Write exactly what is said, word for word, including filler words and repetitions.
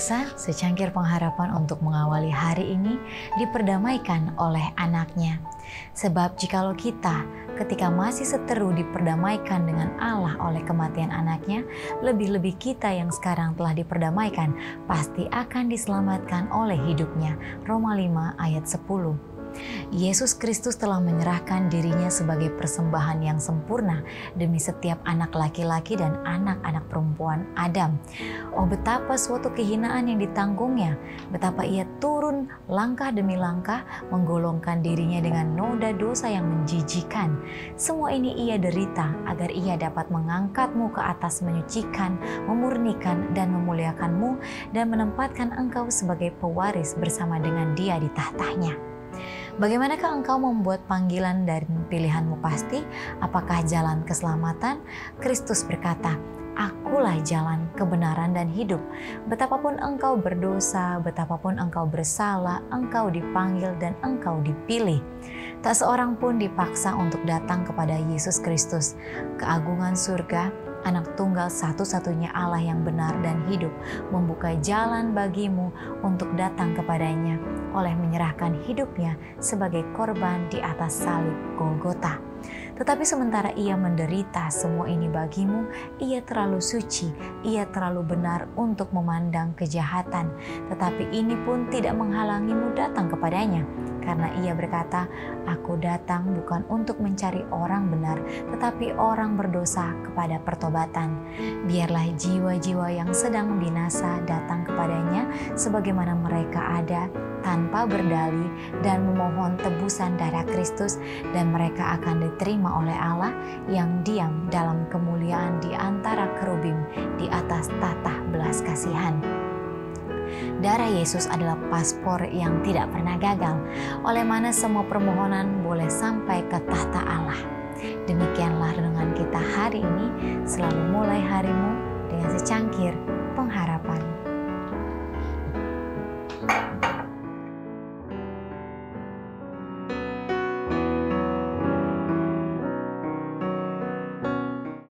pemirsa, secangkir pengharapan untuk mengawali hari ini diperdamaikan oleh anaknya. Sebab jikalau kita ketika masih seteru diperdamaikan dengan Allah oleh kematian anaknya, lebih-lebih kita yang sekarang telah diperdamaikan pasti akan diselamatkan oleh hidupnya. Roma lima ayat sepuluh. Yesus Kristus telah menyerahkan dirinya sebagai persembahan yang sempurna demi setiap anak laki-laki dan anak-anak perempuan Adam. Oh, betapa suatu kehinaan yang ditanggungnya, betapa ia turun langkah demi langkah menggolongkan dirinya dengan noda dosa yang menjijikan. Semua ini ia derita agar ia dapat mengangkatmu ke atas, menyucikan, memurnikan, dan memuliakanmu, dan menempatkan engkau sebagai pewaris bersama dengan Dia di tahtanya. Bagaimanakah engkau membuat panggilan dan pilihanmu pasti? Apakah jalan keselamatan? Kristus berkata, "Akulah jalan, kebenaran, dan hidup." Betapapun engkau berdosa, betapapun engkau bersalah, engkau dipanggil dan engkau dipilih. Tak seorang pun dipaksa untuk datang kepada Yesus Kristus. Keagungan surga, Anak tunggal satu-satunya Allah yang benar dan hidup, membuka jalan bagimu untuk datang kepadanya oleh menyerahkan hidupnya sebagai korban di atas salib Golgota. Tetapi sementara ia menderita semua ini bagimu, ia terlalu suci, ia terlalu benar untuk memandang kejahatan. Tetapi ini pun tidak menghalangimu datang kepadanya. Karena ia berkata, "Aku datang bukan untuk mencari orang benar, tetapi orang berdosa kepada pertobatan." Biarlah jiwa-jiwa yang sedang binasa datang kepadanya sebagaimana mereka ada, tanpa berdalih, dan memohon tebusan darah Kristus, dan mereka akan diterima oleh Allah yang diam dalam kemuliaan di antara kerubim di atas tatah belas kasihan. Darah Yesus adalah paspor yang tidak pernah gagal, oleh mana semua permohonan boleh sampai ke tahta Allah. Demikianlah renungan kita hari ini. Selalu mulai harimu dengan secangkir pengharapan.